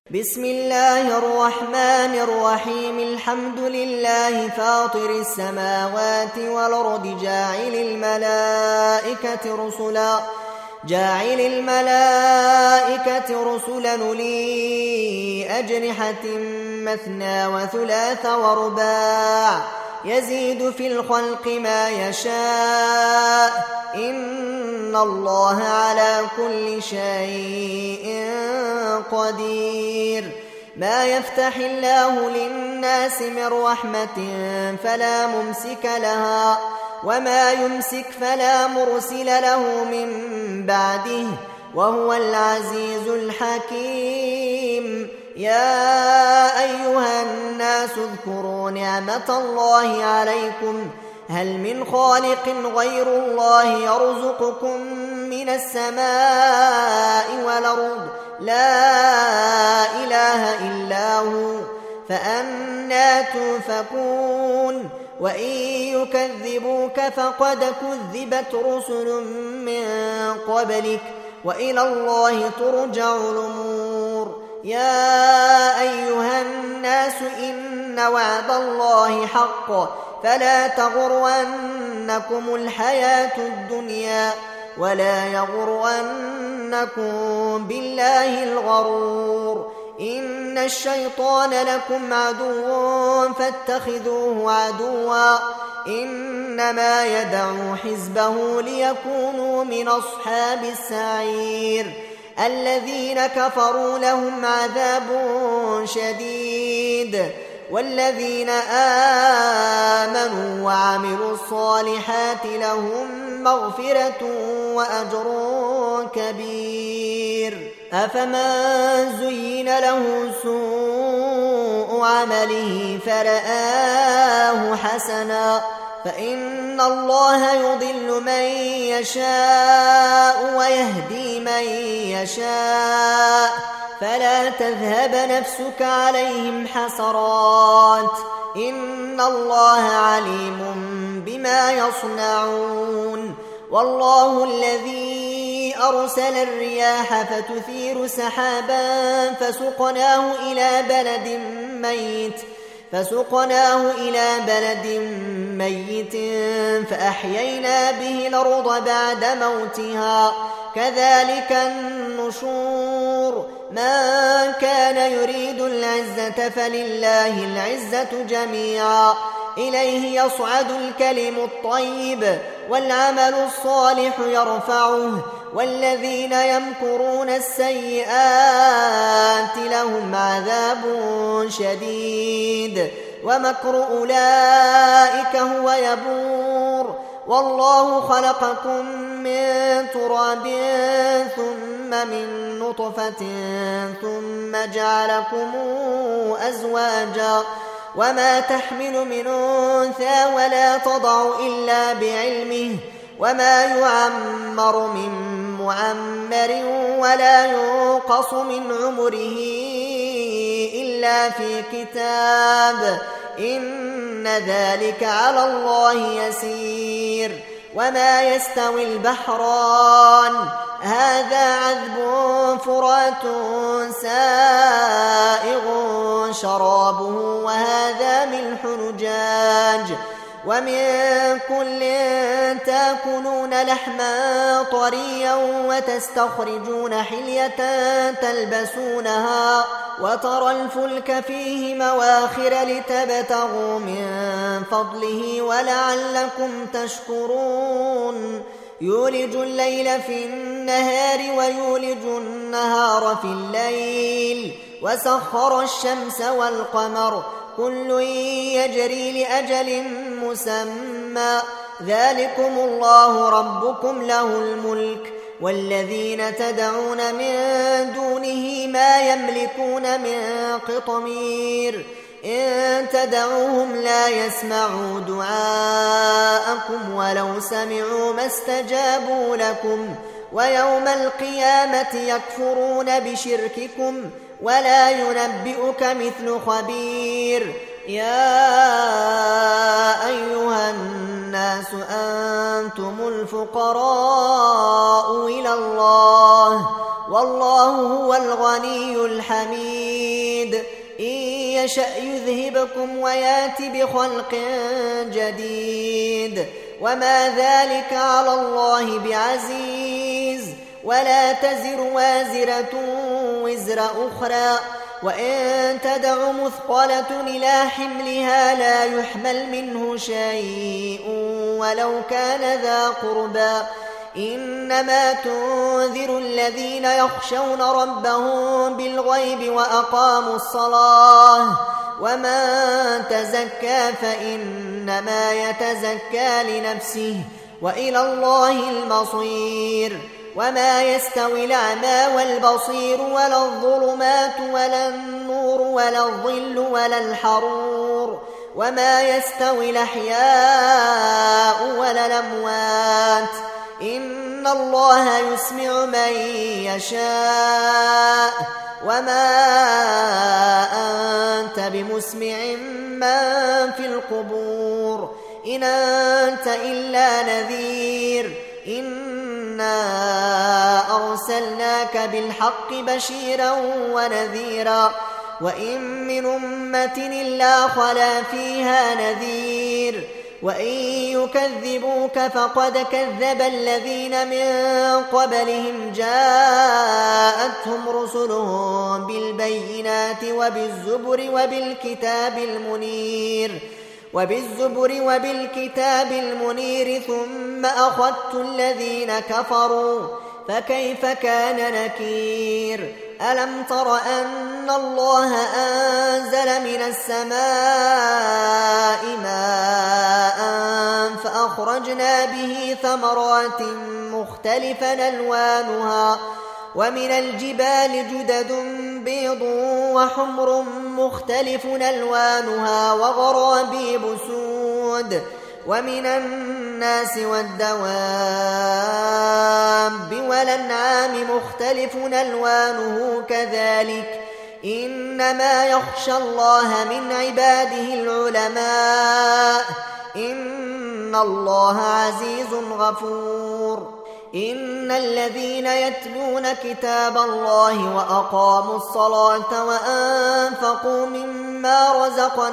بسم الله الرحمن الرحيم. الحمد لله فاطر السماوات والأرض جاعل الملائكة رسلا أولي أجنحة مثنى وثلاث ورباع يزيد في الخلق ما يشاء إن الله على كل شيء قدير. ما يفتح الله للناس من رحمة فلا ممسك لها وما يمسك فلا مرسل له من بعده وهو العزيز الحكيم. يا أيها الناس اذكروا نعمة الله عليكم هل من خالق غير الله يرزقكم من السماء والأرض لا إله إلا هو فأنى تؤفكون. وإن يكذبوك فقد كذبت رسل من قبلك وإلى الله ترجع الأمور. يا أيها الناس إن وعد الله حق فلا تغرنكم الحياة الدنيا ولا يغرنكم بالله الغرور. إن الشيطان لكم عدو فاتخذوه عدوا إنما يدعو حزبه ليكونوا من أصحاب السعير. الذين كفروا لهم عذاب شديد والذين آمنوا وعملوا الصالحات لهم مغفرة وأجر كبير. أفمن زين له سوء عمله فرآه حسنا فإن الله يضل من يشاء ويهدي من يشاء فلا تذهب نفسك عليهم حسرات إن الله عليم بما يصنعون. والله الذي أرسل الرياح فتثير سحابا فسقناه إلى بلد ميت فأحيينا به الأرض بعد موتها كذلك النشور. من كان يريد العزة فلله العزة جميعا إليه يصعد الكلم الطيب والعمل الصالح يرفعه والذين يمكرون السيئات لهم عذاب شديد ومكر أولئك هو يبور. والله خلقكم من تراب ثم من نطفة ثم جعلكم أزواجا وما تحمل من أنثى ولا تضع إلا بعلمه وما يعمر من معمر ولا ينقص من عمره إلا في كتاب إن ذلك على الله يسير. وما يستوي البحران هذا عذب فرات سائغ شرابه وهذا ملح نجاج ومن كل تاكلون لحما طريا وتستخرجون حلية تلبسونها وترى الفلك فيه مواخر لتبتغوا من فضله ولعلكم تشكرون. يولج الليل في النهار ويولج النهار في الليل وسخر الشمس والقمر كل يجري لأجل مسمى ذلكم الله ربكم له الملك والذين تدعون من دونه ما يملكون من قطمير إن تدعوهم لا يسمعوا دعاءكم ولو سمعوا ما استجابوا لكم ويوم القيامة يكفرون بشرككم ولا ينبئك مثل خبير. يا أيها الناس أنتم الفقراء إلى الله والله هو الغني الحميد. إن يشأ يذهبكم ويات بخلق جديد وما ذلك على الله بعزيز. ولا تزر وازرة وزر أخرى وإن تدع مثقلة إلى حملها لا يحمل منه شيء ولو كان ذا قربى. إنما تنذر الذين يخشون ربهم بالغيب وأقاموا الصلاة. ومن تزكى فإنما يتزكى لنفسه وإلى الله المصير. وما يستوي الأعمى والبصير ولا الظلمات ولا النور ولا الظل ولا الحرور. وما يستوي الأحياء ولا الأموات. إن الله يسمع من يشاء وما أنت بمسمع من في القبور إن أنت إلا نذير. إنا أرسلناك بالحق بشيرا ونذيرا وإن من أمة إلا خلا فيها نذير. وإن يكذبوك فقد كذب الذين من قبلهم جاءتهم رسلهم بالبينات وبالكتاب المنير ثم أخذت الذين كفروا فكيف كان نكير. ألم تر أن الله أنزل من السماء ماء فأخرجنا به ثمرات مختلفا ألوانها ومن الجبال جدد بيض وحمر مختلف ألوانها وغرابيب سود ومن الناس والدواب والأنعام مختلف ألوانه كذلك. إنما يخشى الله من عباده العلماء. إن الله عزيز غفور. إن الذين يتلون كتاب الله وأقاموا الصلاة وأنفقوا مما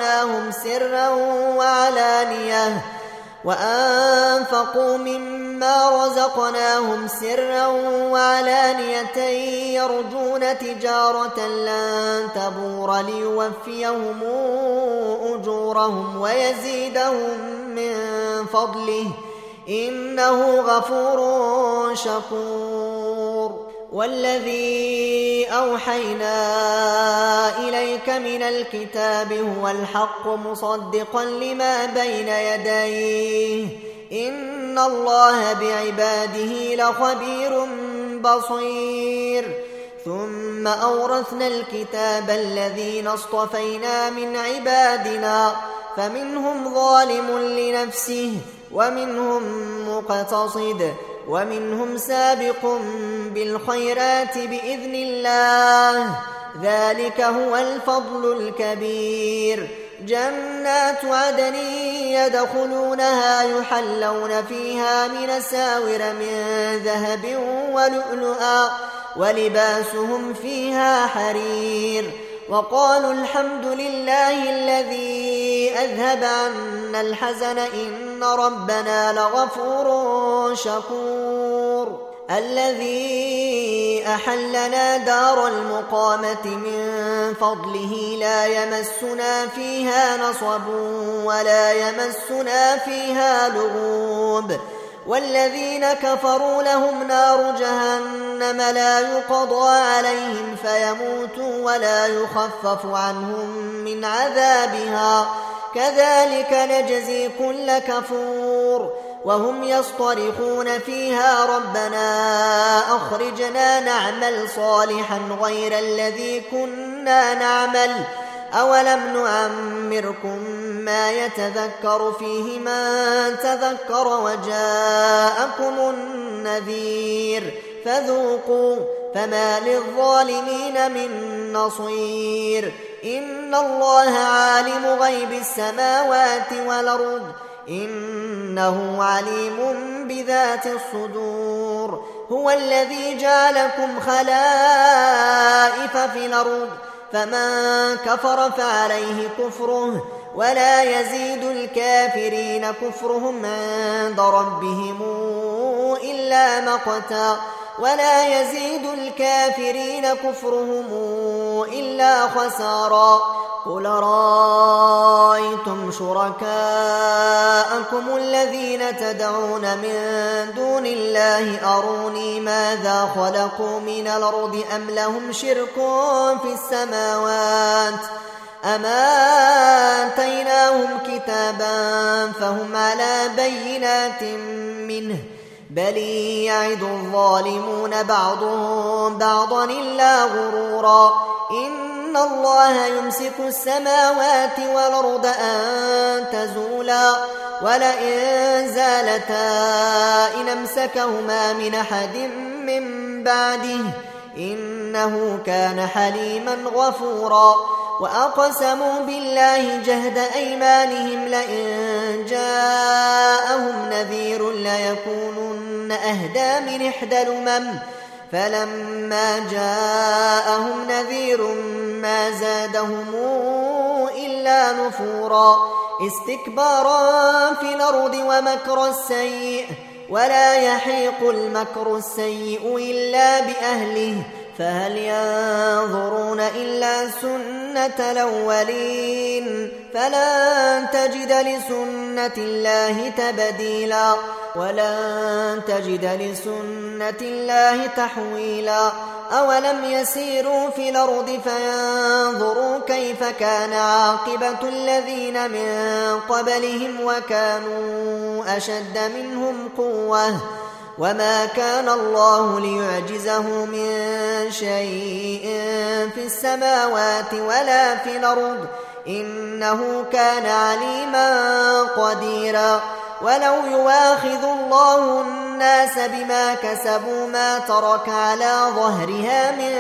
رزقناهم سرا وعلانية يرجون تجارة لن تبور ليوفيهم أجورهم ويزيدهم من فضله إنه غفور شكور. والذي أوحينا إليك من الكتاب هو الحق مصدقا لما بين يديه. إن الله بعباده لخبير بصير. ثم أورثنا الكتاب الذين اصطفينا من عبادنا فمنهم ظالم لنفسه ومنهم مقتصد ومنهم سابق بالخيرات بإذن الله. ذلك هو الفضل الكبير. جنات عدن يدخلونها يحلون فيها من أساور من ذهب ولؤلؤا ولباسهم فيها حرير. وقالوا الحمد لله الذي أذهب عنا الحزن إن ربنا لغفور شكور. الذي أحلنا دار المقامة من فضله لا يمسنا فيها نصب ولا يمسنا فيها لغوب. والذين كفروا لهم نار جهنم لا يقضى عليهم فيموتوا ولا يخفف عنهم من عذابها كذلك نجزي كل كفور. وهم يصطرخون فيها ربنا أخرجنا نعمل صالحا غير الذي كنا نعمل أولم نعمركم ما يتذكر فيه من تذكر وجاءكم النذير فذوقوا فما للظالمين من نصير. إن الله عالم غيب السماوات والأرض إنه عليم بذات الصدور. هو الذي جعلكم خلائف في الأرض فمن كفر فعليه كفره ولا يزيد الكافرين كفرهم عند ربهم إلا مقتا ولا يزيد الكافرين كفرهم إلا خسارا قل رأيتم شركاءكم الذين تدعون من دون الله أروني ماذا خلقوا من الأرض أم لهم شرك في السماوات أما آتيناهم كتابا فهم على بينات منه بل يعد الظالمون بعضهم بعضا إلا غرورا إن الله يمسك السماوات والأرض أن تزولا ولئن زالتا إن أمسكهما من أحد من بعده إنه كان حليما غفورا وأقسموا بالله جهد أيمانهم لئن جاءهم نذير ليكونن أهدى من إحدى الأمم فلما جاءهم نذير ما زادهم إلا نفورا استكبارا في الأرض ومكر السيء ولا يحيق المكر السيء إلا بأهله فهل ينظرون إلا سنة الأولين فلن تجد لسنة الله تبديلا ولن تجد لسنة الله تحويلا أولم يسيروا في الأرض فينظروا كيف كان عاقبة الذين من قبلهم وكانوا أشد منهم قوة وما كان الله ليعجزه من شيء في السماوات ولا في الأرض إنه كان عليما قديرا ولو يواخذ الله الناس بما كسبوا ما ترك على ظهرها من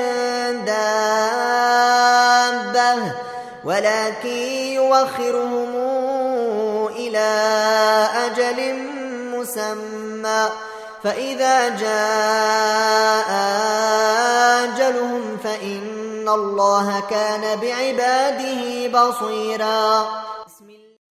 دابة ولكن يوخرهم إلى أجل مسمى فإذا جاء أجلهم فإن الله كان بعباده بصيرا